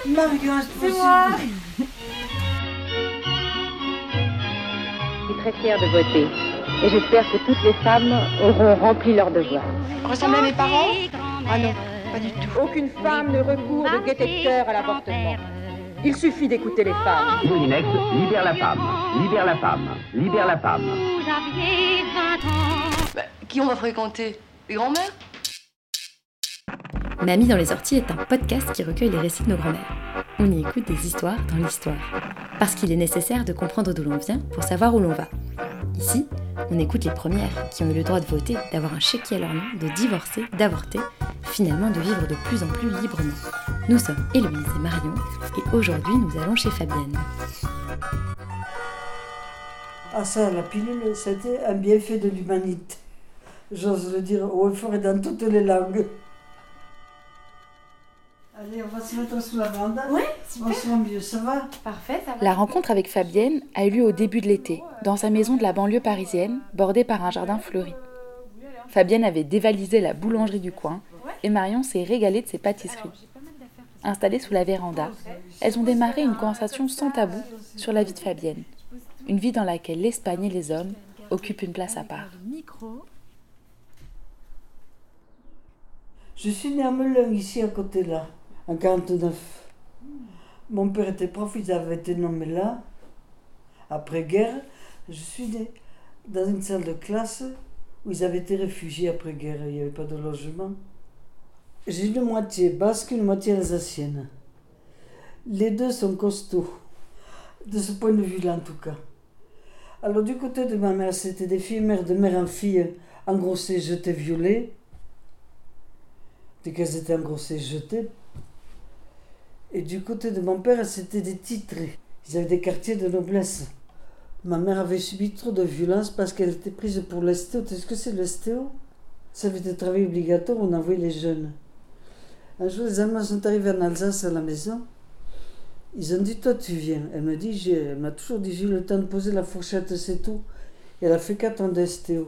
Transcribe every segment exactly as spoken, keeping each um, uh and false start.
Marion, c'est moi. Je suis très fière de voter et j'espère que toutes les femmes auront rempli leur devoir. Ressemblez à mes parents? Ah non, pas du tout. Aucune femme ne recourt de gaieté de cœur à l'avortement. Il suffit d'écouter les femmes. Moulinex, libère la femme, libère la femme, libère la femme. Vous aviez vingt ans. Bah, qui on va fréquenter? Les grands-mères? Mamie dans les orties est un podcast qui recueille les récits de nos grands-mères. On y écoute des histoires dans l'histoire. Parce qu'il est nécessaire de comprendre d'où l'on vient pour savoir où l'on va. Ici, on écoute les premières qui ont eu le droit de voter, d'avoir un chéquier à leur nom, de divorcer, d'avorter, finalement de vivre de plus en plus librement. Nous sommes Héloïse et Marion, et aujourd'hui nous allons chez Fabienne. Ah ça, la pilule, c'était un bienfait de l'humanité. J'ose le dire haut et fort et dans toutes les langues. Allez, on va se mettre sous la bande. Oui, super. On sera mieux, ça va? Parfait, ça va. La rencontre avec Fabienne a eu lieu au début de l'été, dans sa maison de la banlieue parisienne, bordée par un jardin fleuri. Fabienne avait dévalisé la boulangerie du coin, et Marion s'est régalée de ses pâtisseries. Installées sous la véranda, elles ont démarré une conversation sans tabou sur la vie de Fabienne. Une vie dans laquelle l'Espagne et les hommes occupent une place à part. Je suis née à Melun, ici à côté là, en quarante-neuf. Mon père était prof, ils avaient été nommés là. Après-guerre, je suis née dans une salle de classe où ils avaient été réfugiés après-guerre, il n'y avait pas de logement. J'ai une moitié basque, une moitié alsacienne. Les deux sont costauds, de ce point de vue-là en tout cas. Alors du côté de ma mère, c'était des filles mères de mère en fille, engrossées, jetées, violées. Dès qu'elles étaient engrossées, jetées. Et du côté de mon père, c'était des titrés. Ils avaient des quartiers de noblesse. Ma mère avait subi trop de violence parce qu'elle était prise pour l'estéo. Tu sais ce que c'est l'estéo? Ça avait été travail obligatoire, on envoyait les jeunes. Un jour, les Allemands sont arrivés en Alsace à la maison. Ils ont dit, toi tu viens. Elle me dit, j'ai, elle m'a toujours dit, j'ai eu le temps de poser la fourchette, c'est tout. Et elle a fait quatre ans d'estéo.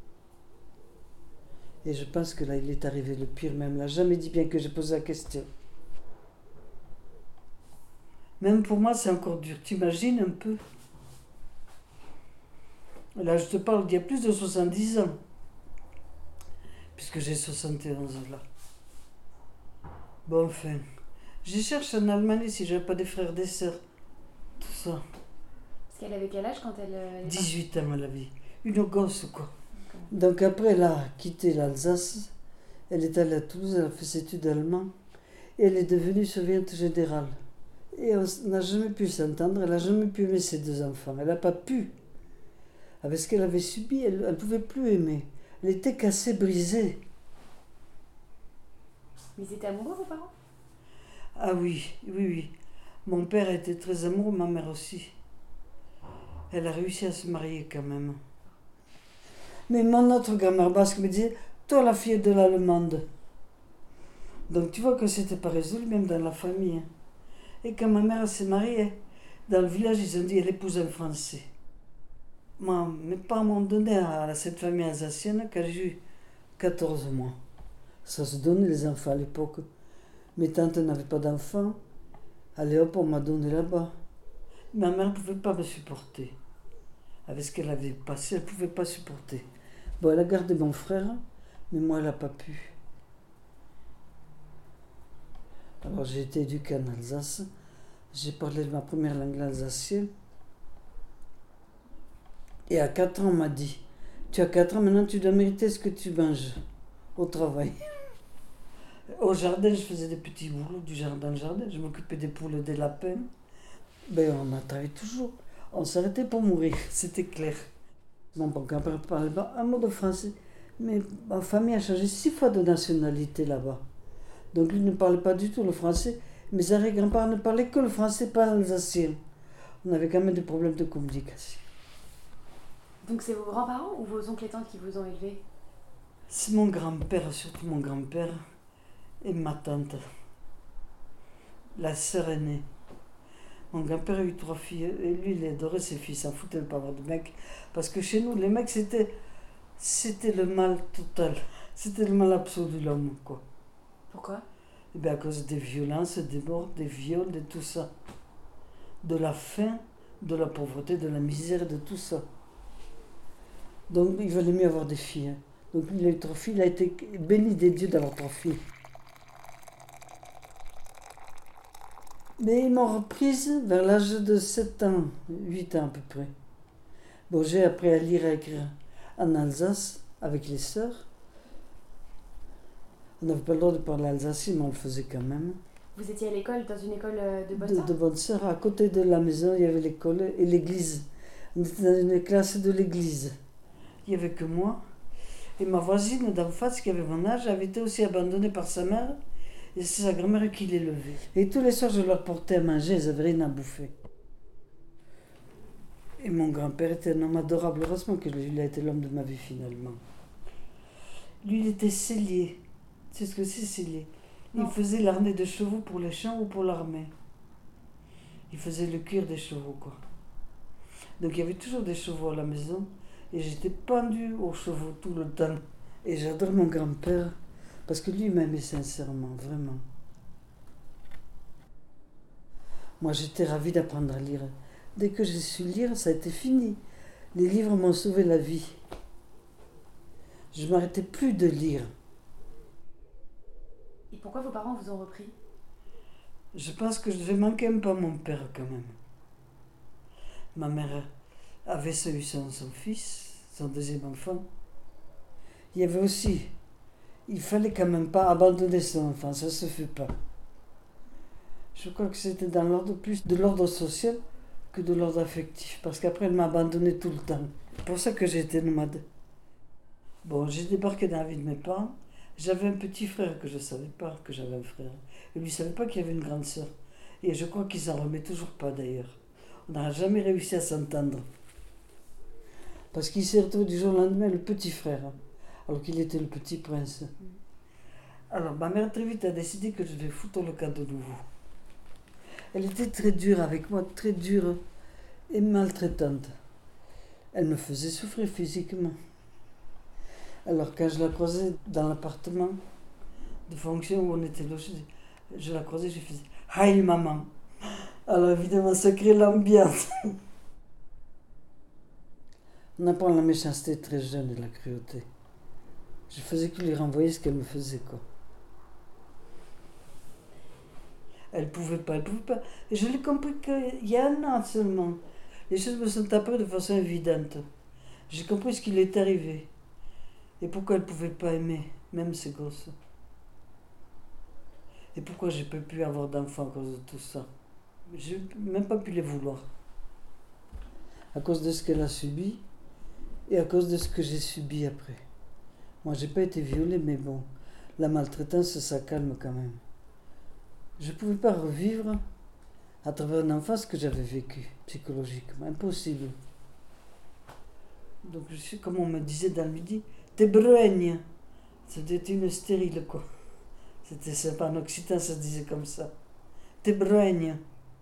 Et je pense que là, il est arrivé le pire même. Elle n'a jamais dit bien que j'ai posé la question. Même pour moi, c'est encore dur. T'imagines un peu? Là, je te parle d'il y a plus de soixante-dix ans. Puisque j'ai soixante et onze là. Bon, enfin. Je cherche en Allemagne si j'avais pas des frères, des sœurs. Tout ça. Parce qu'elle avait quel âge quand elle... elle dix-huit ans, elle avait. Une gosse, quoi. Donc après, elle a quitté l'Alsace. Elle est allée à Toulouse, elle a fait ses études allemand. Et elle est devenue surveillante générale. Et on n'a jamais pu s'entendre, elle n'a jamais pu aimer ses deux enfants. Elle n'a pas pu. Avec ce qu'elle avait subi, elle ne pouvait plus aimer. Elle était cassée, brisée. Mais ils étaient amoureux, vos parents? Ah oui, oui, oui. Mon père était très amoureux, ma mère aussi. Elle a réussi à se marier quand même. Mais mon autre grand-mère basque me disait, toi la fille de l'allemande. Donc tu vois que c'était pas résolu, même dans la famille. Et quand ma mère s'est mariée, dans le village, ils ont dit, elle épouse un Français. Moi, mes parents m'ont donné à cette famille alsacienne quand j'ai eu quatorze mois. Ça se donnait les enfants à l'époque. Mes tantes n'avaient pas d'enfants. Allez hop, on m'a donné là-bas. Ma mère ne pouvait pas me supporter. Avec ce qu'elle avait passé, elle ne pouvait pas supporter. Bon, elle a gardé mon frère, mais moi, elle n'a pas pu. Alors, j'ai été éduquée en Alsace. J'ai parlé de ma première langue alsacienne. Et à quatre ans, on m'a dit, tu as quatre ans, maintenant tu dois mériter ce que tu manges au travail. Au jardin, je faisais des petits boulots du jardin au jardin. Je m'occupais des poules, des lapins. Ben, on a travaillé toujours. On s'arrêtait pour mourir, c'était clair. Mon grand-père ne parlait pas un mot de français. Mais ma famille a changé six fois de nationalité là-bas. Donc lui ne parlait pas du tout le français. Mes arrière-grands-parents ne parlaient que le français, pas l'alsacien. On avait quand même des problèmes de communication. Donc c'est vos grands-parents ou vos oncles et tantes qui vous ont élevé? C'est mon grand-père, surtout mon grand-père, et ma tante, la sœur aînée. Mon grand-père a eu trois filles, et lui, il adorait ses filles, il s'en foutait de ne pas avoir de mecs. Parce que chez nous, les mecs, c'était, c'était le mal total. C'était le mal absolu de l'homme, quoi. Pourquoi? Et bien à cause des violences, des morts, des viols, de tout ça. De la faim, de la pauvreté, de la misère, de tout ça. Donc il valait mieux avoir des filles. Hein. Donc il a eu trois filles, il a été béni des dieux d'avoir trois filles. Mais ils m'ont reprise vers l'âge de sept ans, huit ans à peu près. Bon, j'ai appris à lire et à écrire en Alsace avec les sœurs. On n'avait pas le droit de parler alsacien, mais on le faisait quand même. Vous étiez à l'école, dans une école de bonnes de, sœurs de bonnes sœurs. À côté de la maison, il y avait l'école et l'église. On était dans une classe de l'église. Il n'y avait que moi. Et ma voisine d'en face, qui avait mon âge, avait été aussi abandonnée par sa mère. Et c'est sa grand-mère qui l'élevait. Et tous les soirs, je leur portais à manger, ils n'avaient rien à bouffer. Et mon grand-père était un homme adorable. Heureusement que lui, il a été l'homme de ma vie finalement. Lui, il était sellier. Tu sais ce que c'est, sellier? Il non. faisait l'arnais de chevaux pour les champs ou pour l'armée. Il faisait le cuir des chevaux, quoi. Donc il y avait toujours des chevaux à la maison. Et j'étais pendue aux chevaux tout le temps. Et j'adore mon grand-père. Parce que lui, il m'aimait sincèrement, vraiment. Moi, j'étais ravie d'apprendre à lire. Dès que j'ai su lire, ça a été fini. Les livres m'ont sauvé la vie. Je ne m'arrêtais plus de lire. Et pourquoi vos parents vous ont repris? Je pense que je devais manquer un peu à mon père, quand même. Ma mère avait eu son, son fils, son deuxième enfant. Il y avait aussi... Il fallait quand même pas abandonner son enfant, ça se fait pas. Je crois que c'était dans l'ordre plus de l'ordre social que de l'ordre affectif, parce qu'après elle m'a abandonné tout le temps. C'est pour ça que j'ai été nomade. Bon, j'ai débarqué dans la vie de mes parents. J'avais un petit frère que je savais pas que j'avais un frère. Et lui ne savait pas qu'il y avait une grande sœur. Et je crois qu'il s'en remet toujours pas d'ailleurs. On n'a jamais réussi à s'entendre. Parce qu'il s'est retrouvé du jour au lendemain le petit frère. Alors qu'il était le petit prince. Alors ma mère très vite a décidé que je devais foutre le camp de nouveau. Elle était très dure avec moi, très dure et maltraitante. Elle me faisait souffrir physiquement. Alors quand je la croisais dans l'appartement de fonction où on était logés, je la croisais, je faisais « Hi maman !» Alors évidemment, ça crée l'ambiance. On apprend la méchanceté très jeune et la cruauté. Je faisais que lui renvoyer ce qu'elle me faisait, quoi. Elle pouvait pas, elle pouvait pas. Et je l'ai compris qu'il y a un an seulement. Les choses me sont apparues de façon évidente. J'ai compris ce qui lui est arrivé. Et pourquoi elle pouvait pas aimer, même ses gosses. Et pourquoi j'ai pas pu avoir d'enfants à cause de tout ça. J'ai même pas pu les vouloir. À cause de ce qu'elle a subi et à cause de ce que j'ai subi après. Moi, j'ai pas été violée, mais bon, la maltraitance, ça calme quand même. Je pouvais pas revivre à travers un enfant ce que j'avais vécu, psychologiquement. Impossible. Donc, je suis, comme on me disait dans le midi, t'es bruigne. C'était une stérile, quoi. C'était sympa, en occitan, ça se disait comme ça. T'es bruigne.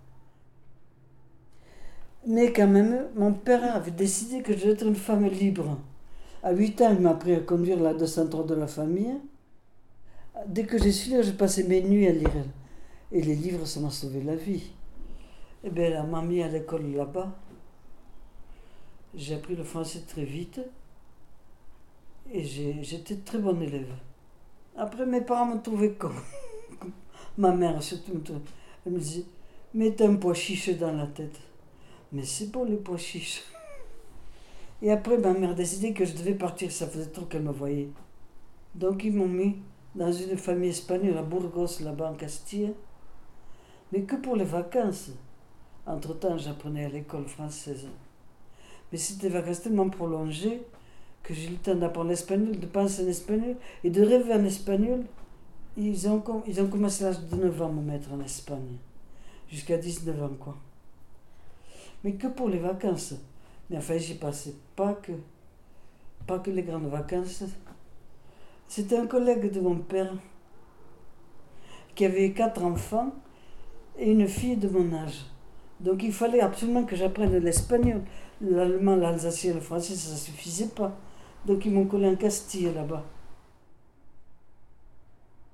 Mais quand même, mon père avait décidé que je devais être une femme libre. À huit ans, il m'a appris à conduire la deux cent trois de la famille. Dès que j'ai su lire, j'ai passé mes nuits à lire. Et les livres, ça m'a sauvé la vie. Eh bien, elle m'a mis à l'école là-bas. J'ai appris le français très vite. Et j'ai, j'étais très bonne élève. Après, mes parents me trouvaient con. Ma mère, surtout, elle me disait, mets un pois chiche dans la tête. Mais c'est bon, les pois chiches. Et après, ma mère a décidé que je devais partir. Ça faisait trop qu'elle me voyait. Donc, ils m'ont mis dans une famille espagnole à Burgos, là-bas en Castille. Mais que pour les vacances. Entre-temps, j'apprenais à l'école française. Mais c'était des vacances tellement prolongées que j'ai eu le temps d'apprendre l'espagnol, de penser en espagnol et de rêver en espagnol. Ils ont, ils ont commencé à l'âge de neuf ans à me mettre en Espagne. Jusqu'à dix-neuf ans, quoi. Mais que pour les vacances. Mais enfin, j'y passais pas que, pas que les grandes vacances. C'était un collègue de mon père qui avait quatre enfants et une fille de mon âge. Donc il fallait absolument que j'apprenne l'espagnol. L'allemand, l'alsacien, le français, ça ne suffisait pas. Donc ils m'ont collé en Castille là-bas.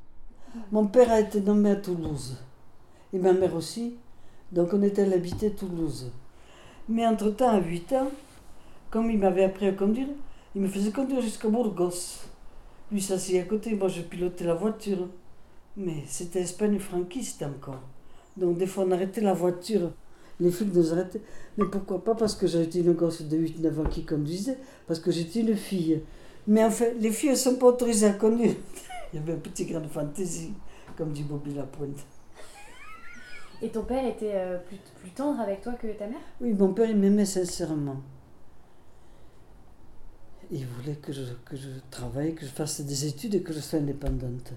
Mon père a été nommé à Toulouse. Et ma mère aussi. Donc on était allé habiter Toulouse. Mais entre-temps, à huit ans, comme il m'avait appris à conduire, il me faisait conduire jusqu'à Burgos. Lui s'asseyait à côté, moi je pilotais la voiture. Mais c'était Espagne franquiste encore. Donc des fois on arrêtait la voiture. Les flics nous arrêtaient. Mais pourquoi pas? Parce que j'étais une gosse de huit neuf ans qui conduisait. Parce que j'étais une fille. Mais en fait, les filles ne sont pas autorisées à conduire. Il y avait un petit grain de fantaisie, comme dit Bobby Lapointe. Et ton père était euh, plus, plus tendre avec toi que ta mère? Oui, mon père, il m'aimait sincèrement. Il voulait que je, que je travaille, que je fasse des études et que je sois indépendante.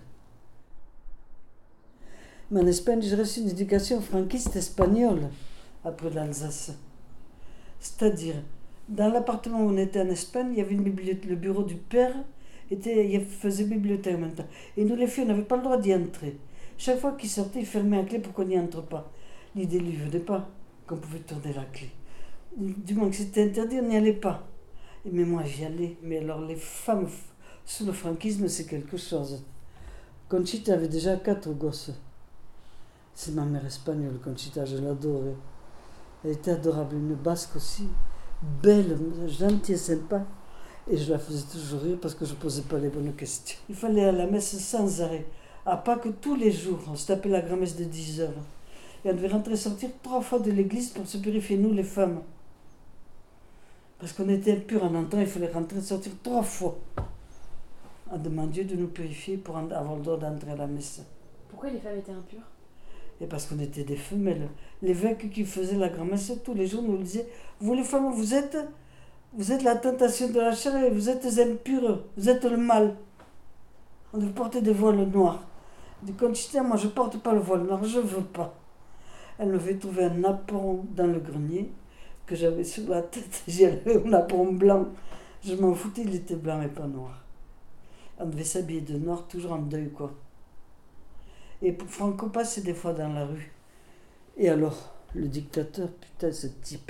Mais en Espagne, j'ai reçu une éducation franquiste espagnole après l'Alsace. C'est-à-dire, dans l'appartement où on était en Espagne, il y avait une bibliothèque, le bureau du père était, il faisait bibliothèque en même temps. Et nous, les filles, on n'avait pas le droit d'y entrer. Chaque fois qu'il sortait, il fermait la clé pour qu'on n'y entre pas. L'idée ne lui venait pas qu'on pouvait tourner la clé. Du moins que c'était interdit, on n'y allait pas. Mais moi, j'y allais. Mais alors, les femmes sous le franquisme, c'est quelque chose. Conchita avait déjà quatre gosses. C'est ma mère espagnole, Conchita, je l'adorais. Elle était adorable, une basque aussi, belle, gentille et sympa. Et je la faisais toujours rire parce que je ne posais pas les bonnes questions. Il fallait aller à la messe sans arrêt. À Pâques, tous les jours, on se tapait la grand-messe de dix heures. Et on devait rentrer et sortir trois fois de l'église pour se purifier, nous les femmes. Parce qu'on était impurs en entrant, il fallait rentrer et sortir trois fois. On demandait Dieu de nous purifier pour avoir le droit d'entrer à la messe. Pourquoi les femmes étaient impures? Et parce qu'on était des femelles. L'évêque qui faisait la grand-messe tous les jours nous disait « Vous les femmes, vous êtes, vous êtes la tentation de la chair et vous êtes impures, vous êtes le mal. On devait porter des voiles noirs. » Du Conchita, moi je porte pas le voile noir, je veux pas. Elle me fait trouver un napperon dans le grenier que j'avais sur la tête. J'y allais un napperon blanc. Je m'en foutais, il était blanc et pas noir. On devait s'habiller de noir, toujours en deuil, quoi. Et pour Franco passait des fois dans la rue. Et alors, le dictateur, putain, ce type.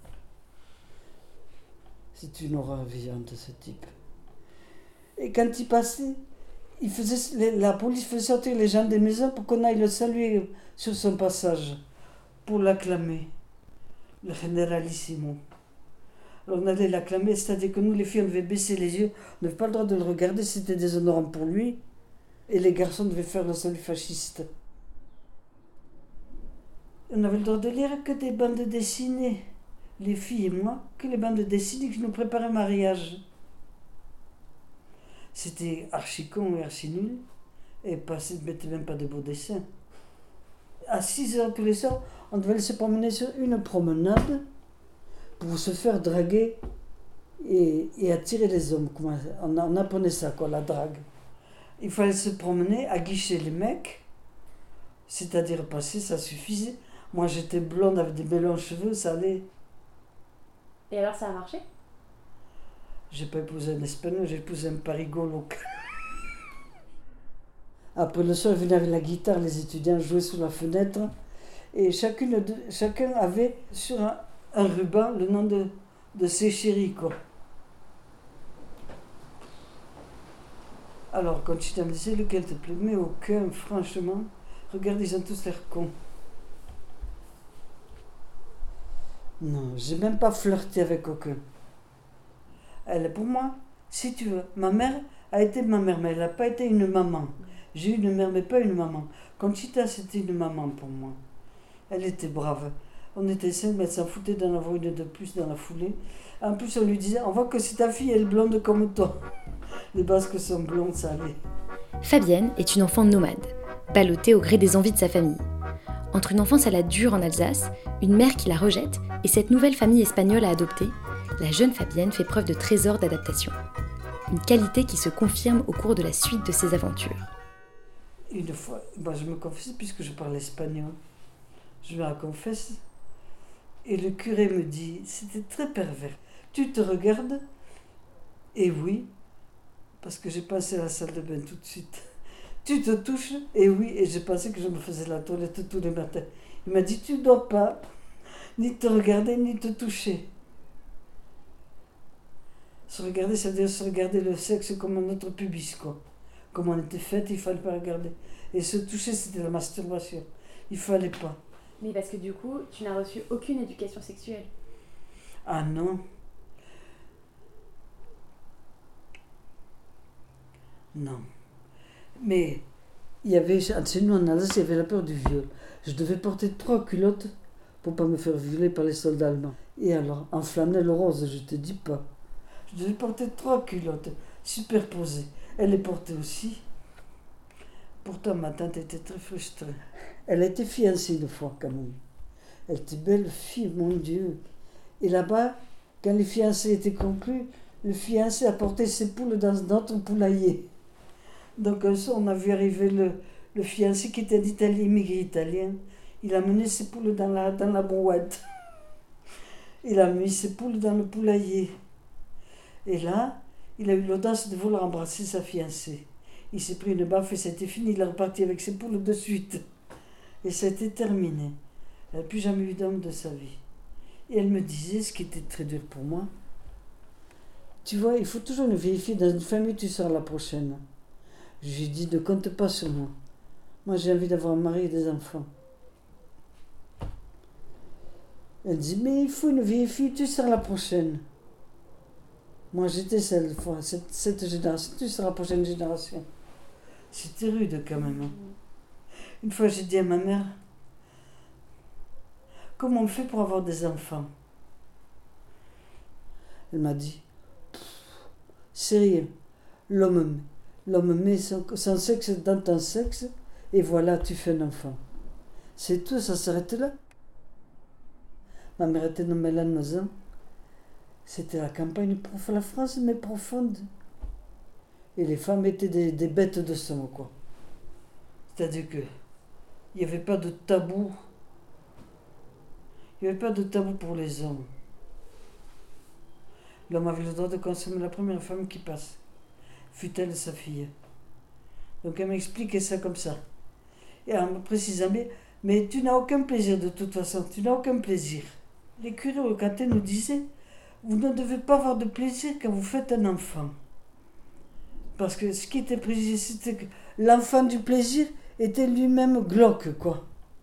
C'est une horreur vivante, ce type. Et quand il passait, il faisait, la police faisait sortir les gens des maisons pour qu'on aille le saluer sur son passage, pour l'acclamer. Le généralissimo. Alors on allait l'acclamer, c'est-à-dire que nous, les filles, on devait baisser les yeux, on n'avait pas le droit de le regarder, c'était déshonorant pour lui. Et les garçons devaient faire le salut fasciste. On avait le droit de lire que des bandes dessinées, les filles et moi, que les bandes dessinées qui nous préparaient mariage. C'était archi con et archi nul, et pas, ne mettait même pas de beaux dessins. À six heures tous les soirs, on devait se promener sur une promenade pour se faire draguer et, et attirer les hommes. On, on apprenait ça, quoi, la drague. Il fallait se promener, aguicher les mecs, c'est-à-dire passer, ça suffisait. Moi, j'étais blonde avec des belles longs cheveux, ça allait. Et alors, ça a marché? J'ai pas épousé un Espagnol, j'ai épousé un parigot local. Après le soir, ils venaient avec la guitare, les étudiants jouaient sous la fenêtre, et chacune de, chacun avait sur un, un ruban le nom de, de ses chéris, quoi. Alors, quand je me disais lequel te plaît, mais aucun, franchement. Regarde, ils ont tous l'air cons. Non, j'ai même pas flirté avec aucun. Elle, pour moi, si tu veux, ma mère a été ma mère, mais elle n'a pas été une maman. J'ai eu une mère, mais pas une maman. Conchita, c'était une maman pour moi. Elle était brave. On était cinq, mais elle s'en foutait d'en avoir une de plus dans la foulée. En plus, on lui disait, on voit que c'est ta fille, elle est blonde comme toi. Les basques sont blondes, ça allait. Fabienne est une enfant nomade, ballottée au gré des envies de sa famille. Entre une enfance à la dure en Alsace, une mère qui la rejette et cette nouvelle famille espagnole à adopter, la jeune Fabienne fait preuve de trésor d'adaptation. Une qualité qui se confirme au cours de la suite de ses aventures. Une fois, bah, je me confesse puisque je parle espagnol. Je me la confesse. Et le curé me dit, c'était très pervers. Tu te regardes? Et oui, parce que j'ai passé à la salle de bain tout de suite. Tu te touches? Et oui, et j'ai pensé que je me faisais la toilette tous les matins. Il m'a dit, tu ne dois pas ni te regarder, ni te toucher. Se regarder, ça veut dire se regarder le sexe comme un autre pubis, quoi. Comme on était faite, il ne fallait pas regarder. Et se toucher, c'était la masturbation. Il ne fallait pas. Mais parce que du coup, tu n'as reçu aucune éducation sexuelle. Ah non. Non. Mais il y avait, chez nous en Alsace, il y avait la peur du viol. Je devais porter trois culottes pour ne pas me faire violer par les soldats allemands. Et alors, en flanelle rose, je te dis pas. Je devais porter trois culottes superposées. Elle les portait aussi. Pourtant, ma tante était très frustrée. Elle était fiancée une fois, quand même. Elle était belle fille, mon Dieu. Et là-bas, quand les fiancés étaient conclus, le fiancé apportait ses poules dans notre poulailler. Donc un soir, on a vu arriver le, le fiancé qui était d'Italie, immigré italien. Il a mené ses poules dans la, dans la brouette. Il a mis ses poules dans le poulailler. Et là, il a eu l'audace de vouloir embrasser sa fiancée. Il s'est pris une baffe et c'était fini. Il est reparti avec ses poules de suite. Et ça a été terminé. Elle n'a plus jamais eu d'homme de sa vie. Et elle me disait, ce qui était très dur pour moi, tu vois, il faut toujours le vérifier dans une famille, tu seras la prochaine. Je lui ai dit, ne compte pas sur moi. Moi, j'ai envie d'avoir un mari et des enfants. Elle dit, mais il faut une vieille fille, tu seras la prochaine. Moi, j'étais celle fois, cette, cette génération, tu seras la prochaine génération. C'était rude quand même. Hein. Une fois, j'ai dit à ma mère, comment on fait pour avoir des enfants? Elle m'a dit, c'est rien. L'homme, l'homme met son, son sexe dans ton sexe et voilà, tu fais un enfant. C'est tout, ça s'arrête là. Ma mère était nommée Lannemezan. C'était la campagne profonde, la France, mais profonde. Et les femmes étaient des, des bêtes de sang, quoi. C'est-à-dire que il n'y avait pas de tabou. Il n'y avait pas de tabou pour les hommes. L'homme avait le droit de consommer la première femme qui passe, fut-elle sa fille. Donc elle m'expliquait ça comme ça. Et en me précisant bien, mais tu n'as aucun plaisir de toute façon, tu n'as aucun plaisir. Les curés au Caté nous disaient, vous ne devez pas avoir de plaisir quand vous faites un enfant. Parce que ce qui était précisé, c'était que l'enfant du plaisir était lui-même glauque, quoi.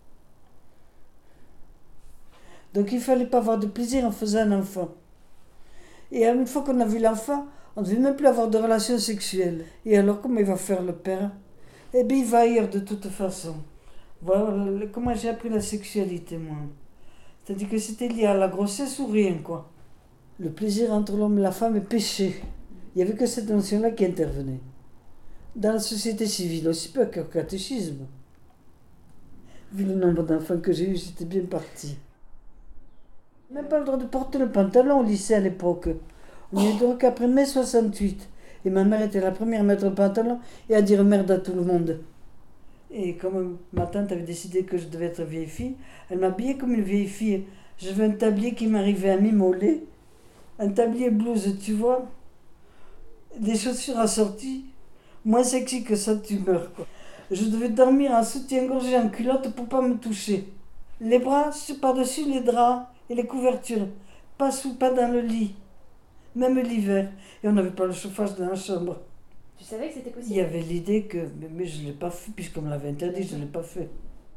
Donc il ne fallait pas avoir de plaisir en faisant un enfant. Et une fois qu'on a vu l'enfant, on ne devait même plus avoir de relations sexuelles. Et alors comment il va faire le père? Eh bien il va ailleurs de toute façon. Voilà comment j'ai appris la sexualité, moi. C'est-à-dire que c'était lié à la grossesse ou rien, quoi. Le plaisir entre l'homme et la femme est péché. Il n'y avait que cette notion-là qui intervenait. Dans la société civile aussi, pas qu'au catéchisme. Vu le nombre d'enfants que j'ai eu, j'étais bien parti. Même pas le droit de porter le pantalon au lycée à l'époque. On n'y a eu droit qu'après mai soixante-huit. Et ma mère était la première à mettre le pantalon et à dire merde à tout le monde. Et comme ma tante avait décidé que je devais être vieille fille, elle m'habillait comme une vieille fille. J'avais un tablier qui m'arrivait à mi-mollet, un tablier blouse, tu vois, des chaussures assorties, moins sexy que ça, tu meurs, quoi. Je devais dormir en soutien-gorge et en culotte pour pas me toucher. Les bras par-dessus les draps et les couvertures, pas sous, pas dans le lit, même l'hiver. Et on n'avait pas le chauffage dans la chambre. Tu savais que c'était possible? Il y avait l'idée que... Mais, mais je ne l'ai pas fait, puisqu'on me l'avait interdit, je ne l'ai pas fait.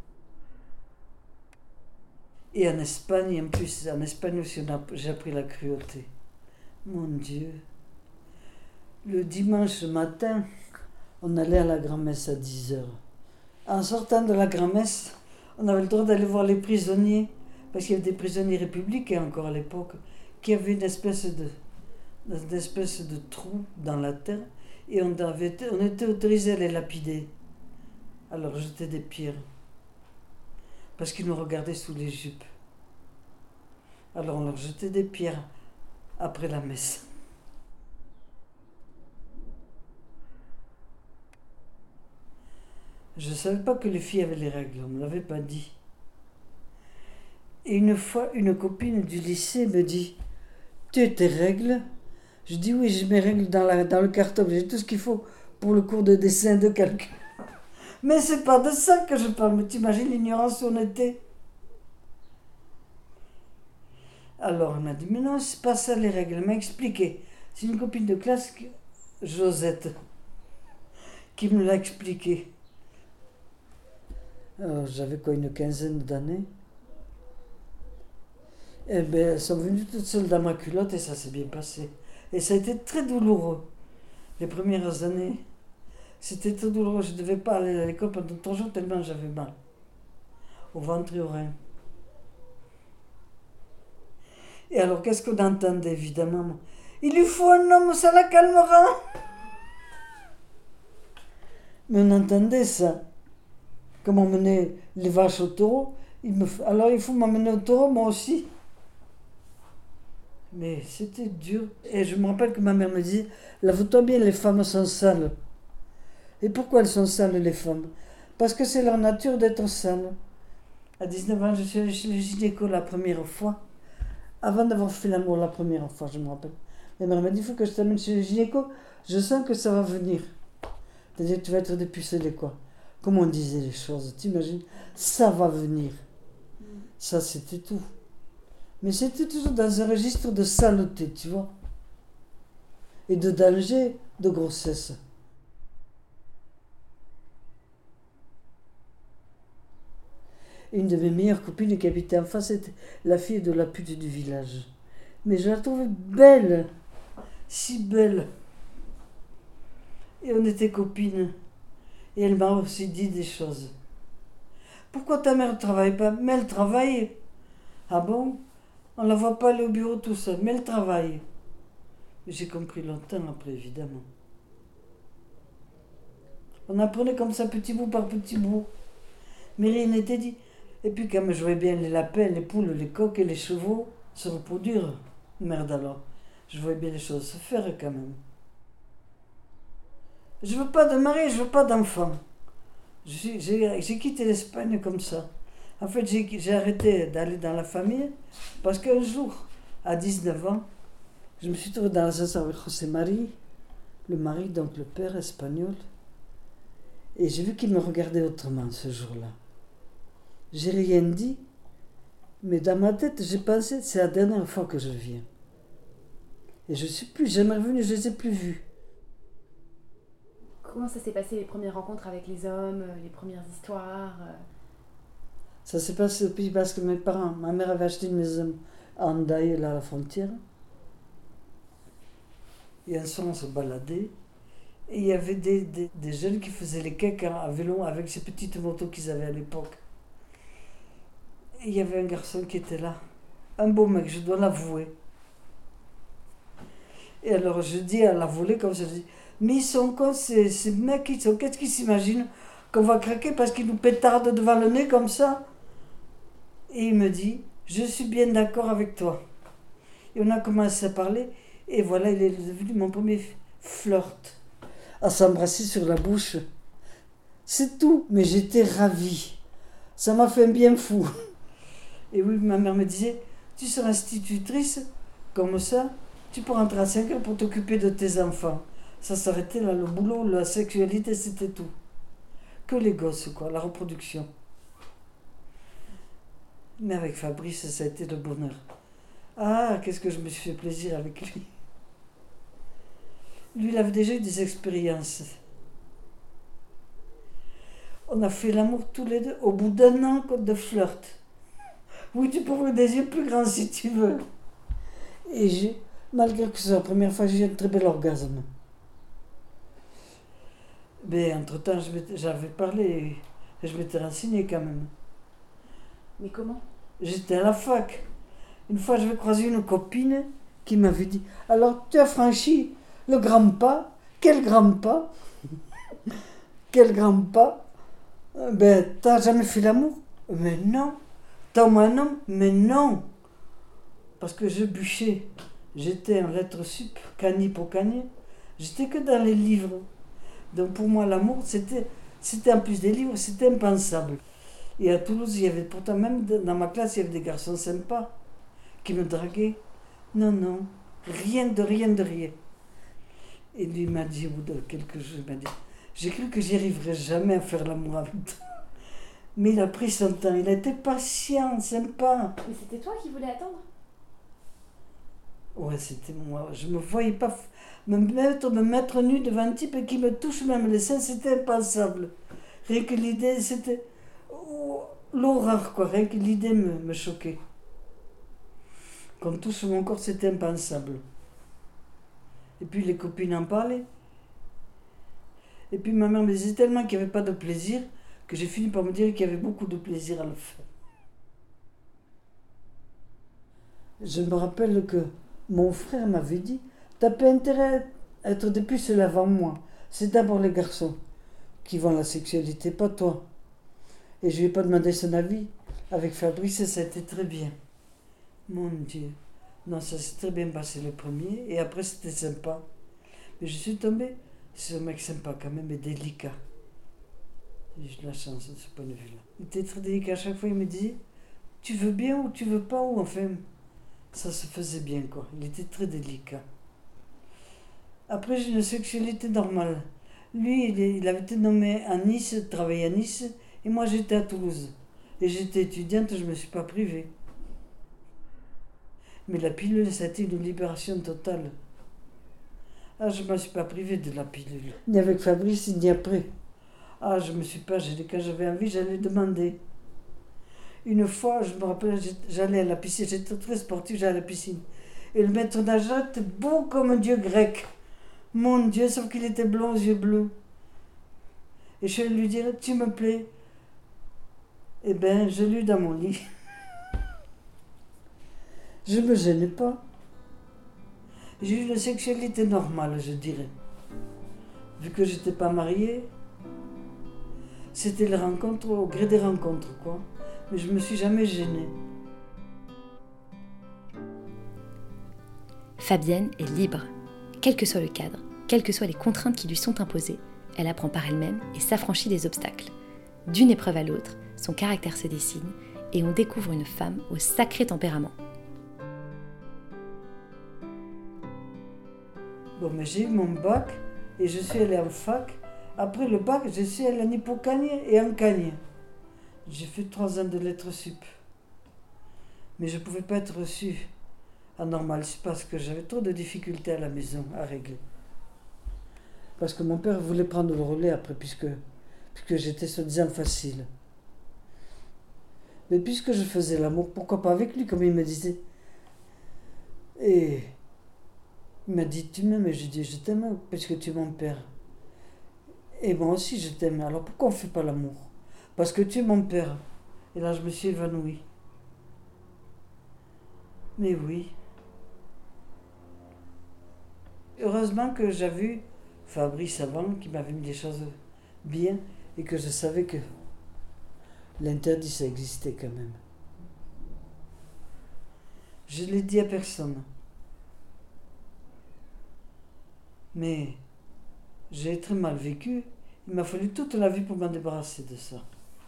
Et en Espagne, en plus, en Espagne aussi, on a, j'ai appris la cruauté. Mon Dieu. Le dimanche matin, on allait à la grand-messe à dix heures. En sortant de la grand-messe, on avait le droit d'aller voir les prisonniers, parce qu'il y avait des prisonniers républicains encore à l'époque, qui avaient une espèce de, une espèce de trou dans la terre, et on, avait, on était autorisé à les lapider, à leur jeter des pierres, parce qu'ils nous regardaient sous les jupes. Alors on leur jetait des pierres après la messe. Je ne savais pas que les filles avaient les règles, on ne me l'avait pas dit. Et une fois, une copine du lycée me dit « Tu as tes règles ?» Je dis « Oui, j'ai mes règles dans, la, dans le cartable, j'ai tout ce qu'il faut pour le cours de dessin, de calcul. » Mais c'est pas de ça que je parle, mais t'imagines l'ignorance où on était. Alors elle m'a dit « Mais non, c'est pas ça les règles. » Elle m'a expliqué. C'est une copine de classe, Josette, qui me l'a expliqué. Alors, j'avais quoi, une quinzaine d'années. Eh bien, elles sont venues toutes seules dans ma culotte et ça s'est bien passé. Et ça a été très douloureux. Les premières années, c'était très douloureux. Je ne devais pas aller à l'école pendant trois jours tellement j'avais mal. Au ventre et au rein. Et alors, qu'est-ce qu'on entendait, évidemment? Il lui faut un homme, ça la calmera. Mais on entendait ça. Comme on menait les vaches au taureau, il me... alors il faut m'emmener au taureau, moi aussi. Mais c'était dur. Et je me rappelle que ma mère me disait, lave-toi bien, les femmes sont sales. Et pourquoi elles sont sales, les femmes? Parce que c'est leur nature d'être sales. À dix-neuf ans, je suis allée chez le gynéco la première fois. Avant d'avoir fait l'amour la première fois, je me rappelle. Ma mère m'a dit, il faut que je t'amène chez le gynéco. Je sens que ça va venir. C'est-à-dire que tu vas être dépucelé, quoi. Comme on disait les choses, t'imagines? Ça va venir. Ça, c'était tout. Mais c'était toujours dans un registre de saleté, tu vois. Et de danger de grossesse. Une de mes meilleures copines qui habitait en face était la fille de la pute du village. Mais je la trouvais belle, si belle. Et on était copines. Et elle m'a aussi dit des choses. Pourquoi ta mère ne travaille pas? Mais elle travaille. Ah bon? On ne la voit pas aller au bureau tout seul, mais elle travaille. J'ai compris longtemps après, évidemment. On apprenait comme ça, petit bout par petit bout. Mais rien n'était dit. Et puis quand je jouais bien les lapins, les poules, les coqs et les chevaux se reproduire, merde alors. Je voyais bien les choses se faire quand même. Je veux pas de mari, je veux pas d'enfant. J'ai, j'ai, j'ai quitté l'Espagne comme ça. En fait, j'ai, j'ai arrêté d'aller dans la famille parce qu'un jour, à dix-neuf ans, je me suis trouvée dans l'Alsace avec José Marie, le mari, donc le père espagnol. Et j'ai vu qu'il me regardait autrement ce jour-là. J'ai rien dit, mais dans ma tête, j'ai pensé, c'est la dernière fois que je viens. Et je ne suis plus jamais revenue, je ne les ai plus vus. Comment ça s'est passé, les premières rencontres avec les hommes, les premières histoires? Ça s'est passé au pays parce que mes parents, ma mère avait acheté une maison à Hendaye, là à la frontière. Et un soir, on se baladait. Et il y avait des, des, des jeunes qui faisaient les cakes à vélo avec ces petites motos qu'ils avaient à l'époque. Et il y avait un garçon qui était là. Un beau mec, je dois l'avouer. Et alors je dis à la volée comme ça, je dis, mais ils sont cons, ces, ces mecs, ils sont, qu'est-ce qu'ils s'imaginent qu'on va craquer parce qu'ils nous pétardent devant le nez comme ça? Et il me dit, je suis bien d'accord avec toi. Et on a commencé à parler, et voilà, il est devenu mon premier flirt. À s'embrasser sur la bouche. C'est tout, mais j'étais ravie. Ça m'a fait un bien fou. Et oui, ma mère me disait, tu seras institutrice, comme ça, tu peux rentrer à cinq heures pour t'occuper de tes enfants. Ça s'arrêtait là, le boulot, la sexualité, c'était tout. Que les gosses, quoi, la reproduction. Mais avec Fabrice, ça a été le bonheur. Ah, qu'est-ce que je me suis fait plaisir avec lui. Lui, il avait déjà eu des expériences. On a fait l'amour tous les deux au bout d'un an de flirt. Oui, tu peux ouvrir des yeux plus grands si tu veux. Et j'ai, malgré que c'est la première fois, j'ai eu un très bel orgasme. Mais entre-temps, j'avais parlé et je m'étais renseignée quand même. Mais comment? J'étais à la fac. Une fois, j'avais croisé une copine qui m'avait dit « Alors, tu as franchi le grand pas? Quel grand pas? Quel grand pas? Ben, t'as jamais fait l'amour? Mais non. T'as au moins un homme? Mais non. Parce que je bûchais. J'étais en lettres sup, cani pour cani. J'étais que dans les livres. Donc pour moi, l'amour, c'était, c'était en plus des livres, c'était impensable. Et à Toulouse, il y avait pourtant, même dans ma classe, il y avait des garçons sympas qui me draguaient. Non, non, rien de rien de rien. Et lui m'a dit, au bout de quelques jours, il m'a dit, j'ai cru que j'y arriverais jamais à faire l'amour avec toi. Mais il a pris son temps, il a été patient, sympa. Mais c'était toi qui voulais attendre? Ouais, c'était moi. Je me voyais pas f- me mettre, me mettre nu devant un type qui me touche même les seins, c'était impensable. Rien que l'idée, c'était oh, l'horreur, quoi. Rien que l'idée me, me choquait. Qu'on touche mon corps, c'était impensable. Et puis les copines en parlaient. Et puis ma mère me disait tellement qu'il n'y avait pas de plaisir que j'ai fini par me dire qu'il y avait beaucoup de plaisir à le faire. Je me rappelle que mon frère m'avait dit « T'as pas intérêt à être des puces avant moi. C'est d'abord les garçons qui vont à la sexualité, pas toi. » Et je lui ai pas demandé son avis. Avec Fabrice, ça a été très bien. Mon Dieu. Non, ça s'est très bien passé le premier. Et après, c'était sympa. Mais je suis tombée sur un mec sympa quand même et délicat. J'ai de la chance de ce point de vue-là. Il était très délicat. À chaque fois, il me disait « Tu veux bien ou tu veux pas ?» ou enfin, ça se faisait bien, quoi. Il était très délicat. Après, j'ai une sexualité normale. Lui, il, est, il avait été nommé à Nice, travaillé à Nice, et moi, j'étais à Toulouse. Et j'étais étudiante, je ne me suis pas privée. Mais la pilule, ça a été une libération totale. Ah, je ne me suis pas privée de la pilule. Ni avec Fabrice, ni après. Ah, je me suis pas gênée. Quand j'avais envie, j'allais demander. Une fois, je me rappelle, j'allais à la piscine. J'étais très sportive, j'allais à la piscine. Et le maître nageur était beau comme un dieu grec. Mon Dieu, sauf qu'il était blond aux yeux bleus. Et je suis allée lui dire, tu me plais. Eh bien, je l'ai eu dans mon lit. Je ne me gênais pas. J'ai eu une sexualité normale, je dirais. Vu que je n'étais pas mariée, c'était les rencontres au gré des rencontres, quoi. Mais je ne me suis jamais gênée. Fabienne est libre. Quel que soit le cadre, quelles que soient les contraintes qui lui sont imposées, elle apprend par elle-même et s'affranchit des obstacles. D'une épreuve à l'autre, son caractère se dessine et on découvre une femme au sacré tempérament. Bon, mais j'ai eu mon bac et je suis allée en fac. Après le bac, je suis allée en Hippocagne et en Cagne. J'ai fait trois ans de lettres sup. Mais je ne pouvais pas être reçue en normal parce que j'avais trop de difficultés à la maison à régler. Parce que mon père voulait prendre le relais après, puisque, puisque j'étais soi-disant facile. Mais puisque je faisais l'amour, pourquoi pas avec lui, comme il me disait. Et il m'a dit, tu m'aimes? Et j'ai dit, je t'aime parce que tu es mon père. Et moi aussi, je t'aime. Alors pourquoi on ne fait pas l'amour? Parce que tu es mon père. Et là, je me suis évanouie. Mais oui. Heureusement que j'ai vu Fabrice avant, qui m'avait mis des choses bien, et que je savais que l'interdit, ça existait quand même. Je ne l'ai dit à personne. Mais j'ai très mal vécu. Il m'a fallu toute la vie pour m'en débarrasser de ça.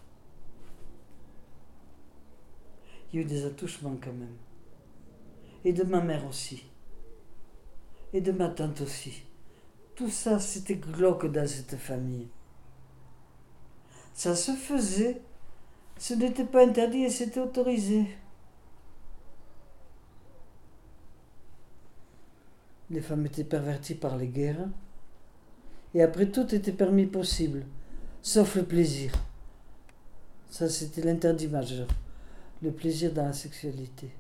Il y a eu des attouchements quand même. Et de ma mère aussi. Et de ma tante aussi. Tout ça, c'était glauque dans cette famille. Ça se faisait. Ce n'était pas interdit et c'était autorisé. Les femmes étaient perverties par les guerres. Et après, tout était permis possible. Sauf le plaisir. Ça, c'était l'interdit majeur. Le plaisir dans la sexualité.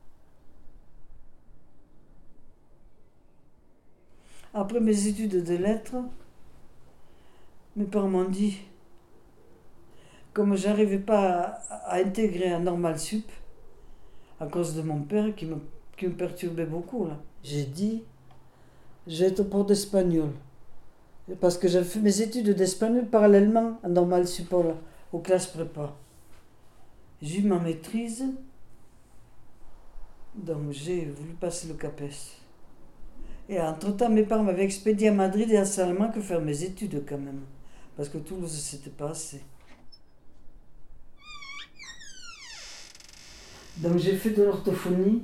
Après mes études de lettres, mes parents m'ont dit, comme je n'arrivais pas à, à intégrer un normal sup, à cause de mon père qui me, qui me perturbait beaucoup, là, j'ai dit, je vais être prof d'espagnol. Parce que j'avais fait mes études d'espagnol parallèlement à normal sup, là, aux classes prépa. J'ai eu ma maîtrise, donc j'ai voulu passer le CAPES. Et entre-temps, mes parents m'avaient expédié à Madrid et à Salamanque faire mes études quand même. Parce que Toulouse, c'était pas assez. Donc j'ai fait de l'orthophonie.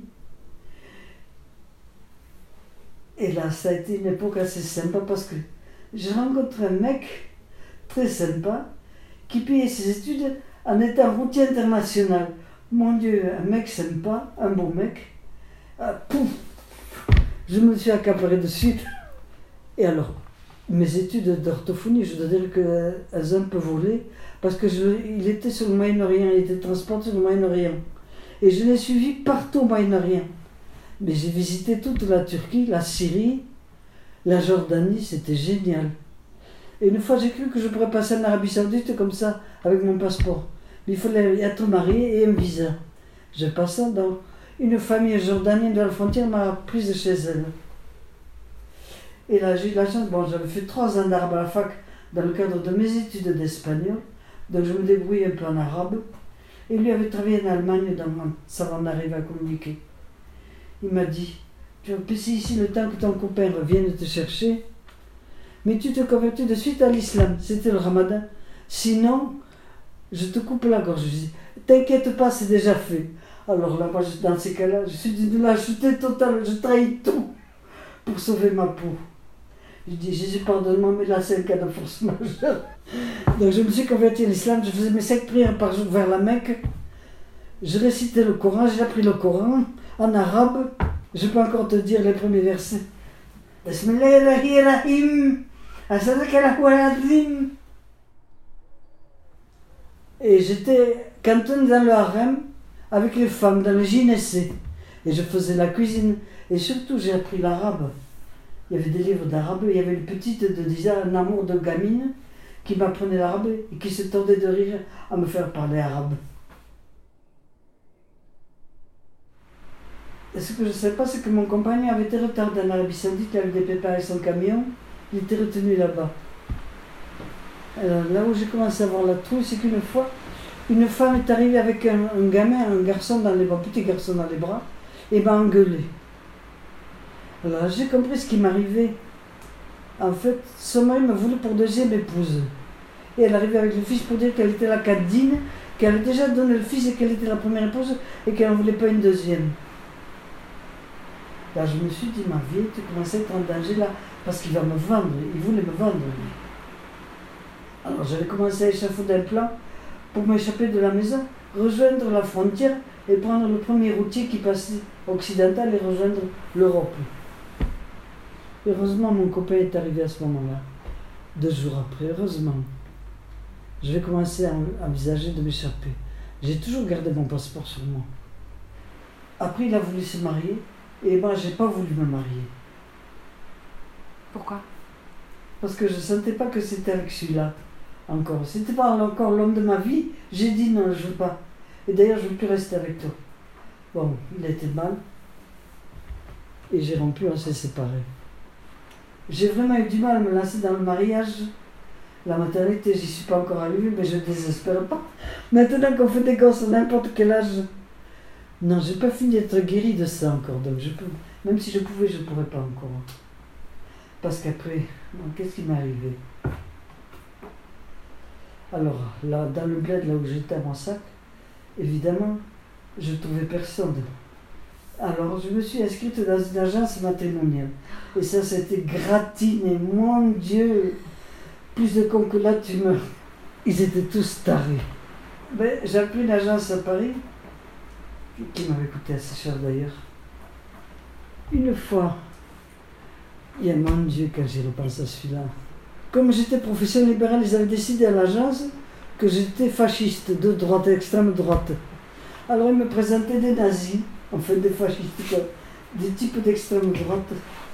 Et là, ça a été une époque assez sympa parce que j'ai rencontré un mec très sympa qui payait ses études en étant routier international. Mon Dieu, un mec sympa, un beau mec. Ah, pouf! Je me suis accaparé de suite. Et alors, mes études d'orthophonie, je dois dire qu'elles ont un peu volé, parce qu'il était sur le Moyen-Orient, il était transporté sur le Moyen-Orient. Et je l'ai suivi partout au Moyen-Orient. Mais j'ai visité toute la Turquie, la Syrie, la Jordanie, c'était génial. Et une fois, j'ai cru que je pourrais passer en Arabie Saoudite comme ça, avec mon passeport. Mais il fallait être marié et un visa. Je passais dans une famille jordanienne de la frontière, m'a prise chez elle. Et là, j'ai eu la chance, bon, j'avais fait trois ans d'arabe à la fac dans le cadre de mes études d'espagnol, donc je me débrouillais un peu en arabe. Et lui avait travaillé en Allemagne, dans, ça va en arriver à communiquer. Il m'a dit, tu vas passer ici le temps que ton copain revienne te chercher, mais tu te convertis de suite à l'islam, c'était le ramadan. Sinon, je te coupe la gorge. Je dis, t'inquiète pas, c'est déjà fait. Alors là, moi, dans ces cas-là, je suis d'une lâcheté totale, je trahis tout pour sauver ma peau. Je dis, Jésus, pardonne-moi, mais là, c'est un cas de force majeure. Donc, je me suis converti à l'islam, je faisais mes cinq prières par jour vers la Mecque. Je récitais le Coran, j'ai appris le Coran en arabe. Je peux encore te dire les premiers versets. Bismillahirrahmanirrahim. Et j'étais cantonné dans le harem avec les femmes, dans le gynécée. Et je faisais la cuisine. Et surtout, j'ai appris l'arabe. Il y avait des livres d'arabe. Il y avait une petite de déjà un amour de gamine qui m'apprenait l'arabe et qui se tordait de rire à me faire parler arabe. Et ce que je ne sais pas, c'est que mon compagnon avait été retardé en Arabie Saoudite, il avait des pépins avec son camion, il était retenu là-bas. Alors là où j'ai commencé à voir la trouille, c'est qu'une fois, une femme est arrivée avec un, un gamin, un garçon dans les bras, un petit garçon dans les bras, et m'a engueulé. Alors j'ai compris ce qui m'arrivait. En fait, son mari m'a voulu pour deuxième épouse. Et elle arrivait avec le fils pour dire qu'elle était la cadine, qu'elle avait déjà donné le fils et qu'elle était la première épouse et qu'elle n'en voulait pas une deuxième. Là, je me suis dit, ma vie, tu commences à être en danger là, parce qu'il va me vendre, il voulait me vendre, lui. Alors, j'avais commencé à échafauder un plan pour m'échapper de la maison, rejoindre la frontière et prendre le premier routier qui passait occidental et rejoindre l'Europe. Heureusement, mon copain est arrivé à ce moment-là, deux jours après, heureusement. Je vais commencer à envisager de m'échapper. J'ai toujours gardé mon passeport sur moi. Après, il a voulu se marier. Et moi, j'ai pas voulu me marier. Pourquoi? Parce que je sentais pas que c'était avec celui-là, encore. C'était pas encore l'homme de ma vie. J'ai dit non, je veux pas. Et d'ailleurs, je veux plus rester avec toi. Bon, il était mal. Et j'ai rompu, on s'est séparés. J'ai vraiment eu du mal à me lancer dans le mariage. La maternité, j'y suis pas encore arrivée, mais je désespère pas. Maintenant qu'on fait des gosses à n'importe quel âge... Non, j'ai pas fini d'être guérie de ça encore, donc je peux, même si je pouvais, je ne pourrais pas encore. Parce qu'après, bon, qu'est-ce qui m'est arrivé? Alors, là, dans le bled, là où j'étais à mon sac, évidemment, je ne trouvais personne. Alors, je me suis inscrite dans une agence matrimoniale. Et ça, c'était gratiné, mon Dieu, plus de cons que là, tu meurs. Ils étaient tous tarés. Ben, j'ai appelé une agence à Paris, qui m'avait coûté assez cher d'ailleurs. Une fois, il y a mon Dieu quand j'y repense à celui-là. Comme j'étais professeur libéral, ils avaient décidé à l'agence que j'étais fasciste, de droite, extrême droite. Alors ils me présentaient des nazis, en fait des fascistes, quoi, des types d'extrême droite.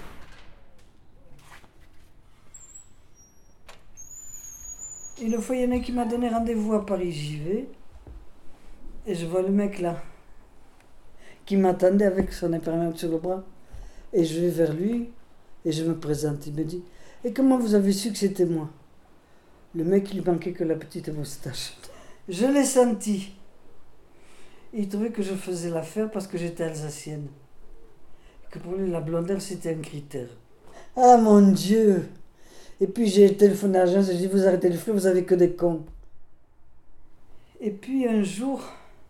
Une fois, il y en a qui m'a donné rendez-vous à Paris, j'y vais. Et je vois le mec là, qui m'attendait avec son imprimante sur le bras. Et je vais vers lui et je me présente. Il me dit, et comment vous avez su que c'était moi? Le mec, il lui manquait que la petite moustache. Je l'ai senti. Il trouvait que je faisais l'affaire parce que j'étais alsacienne. Que pour lui, la blondeur, c'était un critère. Ah mon Dieu! Et puis j'ai téléphoné à l'agence et j'ai dit, vous arrêtez le flou, vous avez que des cons. Et puis un jour,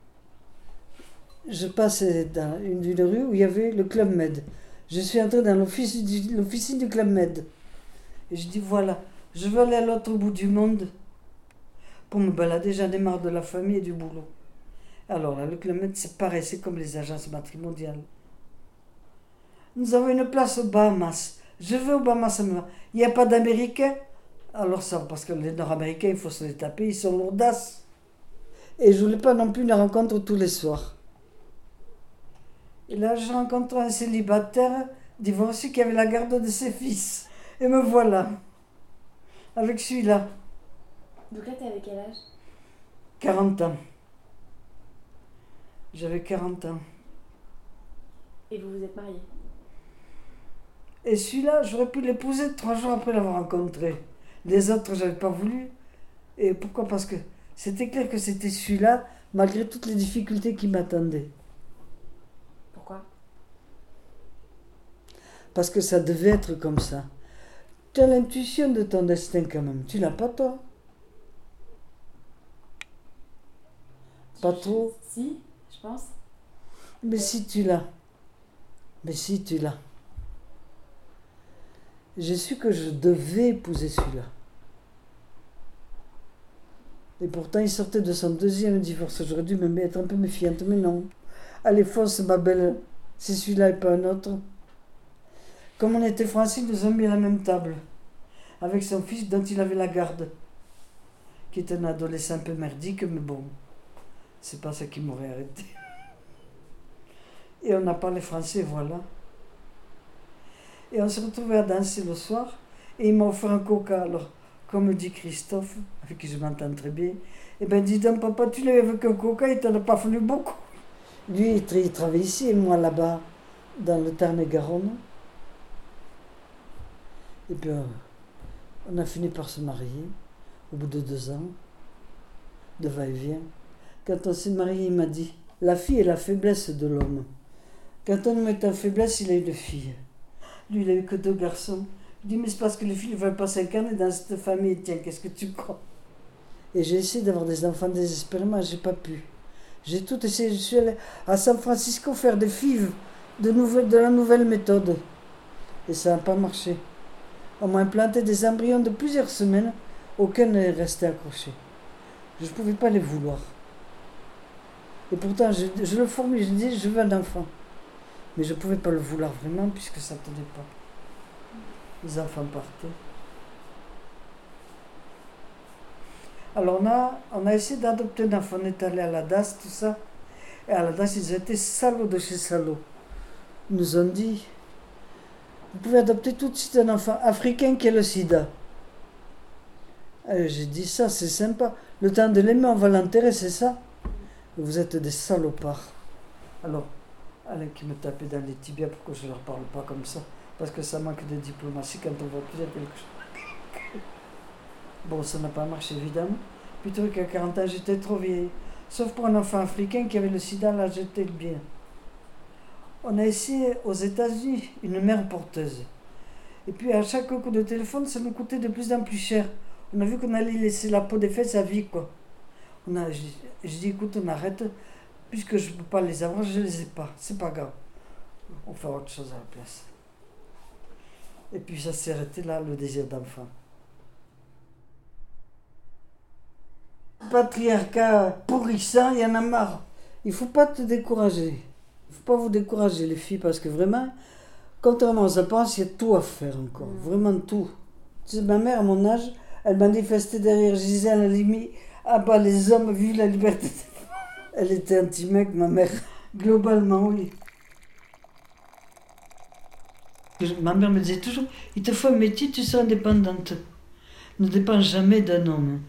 je passais dans une, une rue où il y avait le Club Med. Je suis entré dans l'office du, l'officine du Club Med. Et je dis, voilà, je veux aller à l'autre bout du monde pour me balader. J'en ai marre de la famille et du boulot. Alors là, le Club Med, c'est pareil, c'est comme les agences matrimoniales. Nous avons une place aux Bahamas. Je vais aux Bahamas, ça me va. Il n'y a pas d'Américains? Alors ça, parce que les Nord-Américains, il faut se les taper, ils sont lourdasses. Et je ne voulais pas non plus une rencontre tous les soirs. Et là, je rencontre un célibataire divorcé qui avait la garde de ses fils. Et me voilà, avec celui-là. Donc là, t'avais quel âge? quarante ans. J'avais quarante ans. Et vous vous êtes mariés? Et celui-là, j'aurais pu l'épouser trois jours après l'avoir rencontré. Les autres, je n'avais pas voulu. Et pourquoi? Parce que c'était clair que c'était celui-là, malgré toutes les difficultés qui m'attendaient. Pourquoi? Parce que ça devait être comme ça. Tu as l'intuition de ton destin quand même. Tu l'as pas, toi? Pas trop? Si, je pense. Mais si tu l'as. Mais si tu l'as. J'ai su que je devais épouser celui-là. Et pourtant, il sortait de son deuxième divorce. J'aurais dû me être un peu méfiante, mais non. Allez, fonce, ma belle. C'est celui-là et pas un autre. Comme on était français, ils nous ont mis à la même table. Avec son fils dont il avait la garde. Qui est un adolescent un peu merdique, mais bon. C'est pas ça qui m'aurait arrêté. Et on a parlé français, voilà. Et on s'est retrouvés à danser le soir. Et il m'a offert un coca. Alors, comme dit Christophe, avec qui je m'entends très bien, eh bien, dis donc, papa, tu l'avais avec un coca, il t'en a pas fallu beaucoup. Lui, il, tra- il travaille ici, et moi là-bas, dans le Tarn-et-Garonne. Et puis, euh, on a fini par se marier, au bout de deux ans, de va-et-vient. Quand on s'est marié, il m'a dit, la fille est la faiblesse de l'homme. Quand on met en faiblesse, il a une fille. Lui, il a eu que deux garçons. Je dis, mais c'est parce que les filles ne veulent pas s'incarner dans cette famille. Tiens, qu'est-ce que tu crois? Et j'ai essayé d'avoir des enfants désespérément, j'ai pas pu. J'ai tout essayé. Je suis allée à San Francisco faire des F I V, de, nouvelle, de la nouvelle méthode. Et ça n'a pas marché. On m'a implanté des embryons de plusieurs semaines, aucun n'est resté accroché. Je ne pouvais pas les vouloir. Et pourtant, je, je le formule, je dis, je veux un enfant. Mais je ne pouvais pas le vouloir vraiment, puisque ça ne tenait pas. Les enfants partaient. Alors on a, on a essayé d'adopter un enfant, on est allé à la D A S, tout ça. Et à la D A S, ils étaient salauds de chez salauds. Ils nous ont dit, vous pouvez adopter tout de suite un enfant africain qui a le sida. Et j'ai dit, ça c'est sympa. Le temps de l'aimer, on va l'enterrer, c'est ça? Vous êtes des salopards. Alors, Alain qui me tapait dans les tibias, pourquoi je ne leur parle pas comme ça? Parce que ça manque de diplomatie quand on va dire quelque chose. Bon, ça n'a pas marché évidemment. Plutôt qu'à quarante ans, j'étais trop vieille. Sauf pour un enfant africain qui avait le sida, là j'étais bien. On a essayé aux États-Unis une mère porteuse. Et puis à chaque coup de téléphone, ça nous coûtait de plus en plus cher. On a vu qu'on allait laisser la peau des fesses à vie, quoi. On a, je, je dis, écoute, on arrête. Puisque je ne peux pas les avoir, je ne les ai pas. C'est pas grave. On fera autre chose à la place. Et puis ça s'est arrêté là, le désir d'enfant. Patriarcat pourrissant, il y en a marre. Il ne faut pas te décourager. Il ne faut pas vous décourager, les filles, parce que vraiment, contrairement aux apparences, il y a tout à faire encore. Mmh. Vraiment tout. Tu sais, ma mère, à mon âge, elle manifestait derrière Gisèle, elle a mis à bas les hommes, vive la liberté. Elle était anti-mec, ma mère. Globalement, oui. Ma mère me disait toujours, il te faut un métier, tu seras indépendante. Ne dépends jamais d'un homme.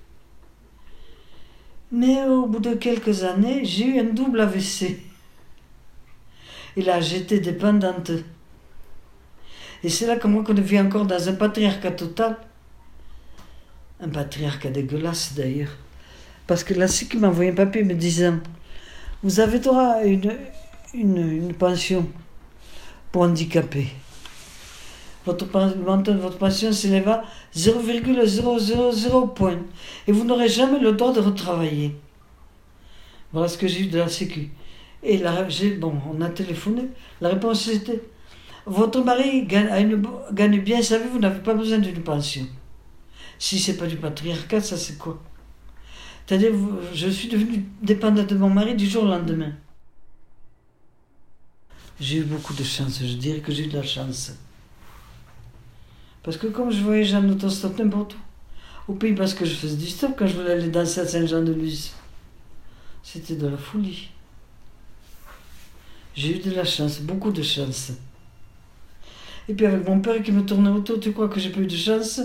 Mais au bout de quelques années, j'ai eu un double A V C. Et là, j'étais dépendante. Et c'est là que moi, qu'on vit encore dans un patriarcat total. Un patriarcat dégueulasse, d'ailleurs. Parce que là, c'est qui m'a envoyé un papier me disant, vous avez droit à une, une, une pension pour handicapés. Votre, le montant de votre pension s'élève à zéro virgule zéro zéro zéro points. Et vous n'aurez jamais le droit de retravailler. Voilà ce que j'ai eu de la Sécu. Et là, j'ai, bon, on a téléphoné. La réponse était, votre mari gagne, a une, gagne bien sa vie, vous n'avez pas besoin d'une pension. Si c'est pas du patriarcat, ça c'est quoi? C'est-à-dire, je suis devenue dépendante de mon mari du jour au lendemain. J'ai eu beaucoup de chance, je dirais que j'ai eu de la chance. Parce que comme je voyageais en autostop n'importe où, au Pays Basque, je faisais du stop quand je voulais aller danser à Saint-Jean-de-Luz. C'était de la folie. J'ai eu de la chance, beaucoup de chance. Et puis avec mon père qui me tournait autour, tu crois que j'ai pas eu de chance?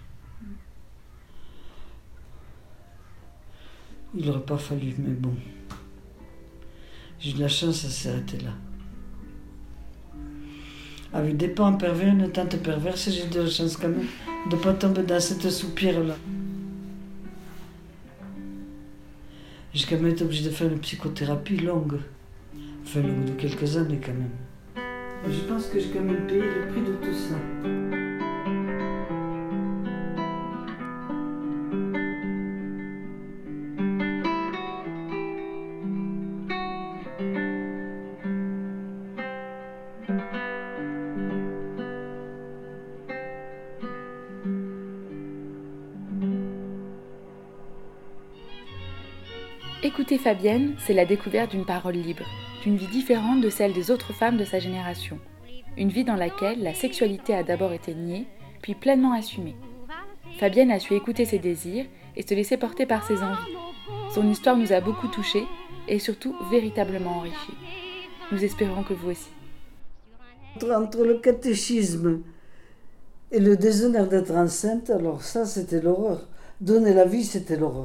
Il n'aurait pas fallu, mais bon. J'ai eu de la chance, ça s'est arrêté là. Avec des parents pervers, une tante perverse, j'ai eu de la chance quand même de ne pas tomber dans cette soupière-là. J'ai quand même été obligée de faire une psychothérapie longue. Enfin, longue de quelques années quand même. Je pense que j'ai quand même payé le prix de tout ça. Écouter Fabienne, c'est la découverte d'une parole libre, d'une vie différente de celle des autres femmes de sa génération. Une vie dans laquelle la sexualité a d'abord été niée, puis pleinement assumée. Fabienne a su écouter ses désirs et se laisser porter par ses envies. Son histoire nous a beaucoup touchés et surtout véritablement enrichis. Nous espérons que vous aussi. Entre, entre le catéchisme et le déshonneur d'être enceinte, alors ça c'était l'horreur. Donner la vie, c'était l'horreur.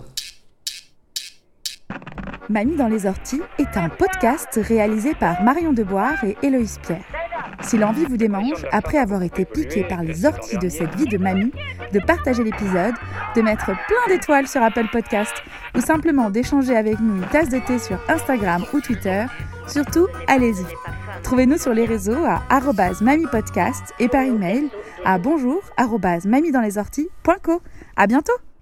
Mamie dans les orties est un podcast réalisé par Marion Deboire et Héloïse Pierre. Si l'envie vous démange, après avoir été piqué par les orties de cette vie de mamie, de partager l'épisode, de mettre plein d'étoiles sur Apple Podcast ou simplement d'échanger avec nous une tasse de thé sur Instagram ou Twitter, surtout, allez-y. Trouvez-nous sur les réseaux à arobase mamipodcast et par email à bonjour arobase mamie dans les orties point co. À bientôt!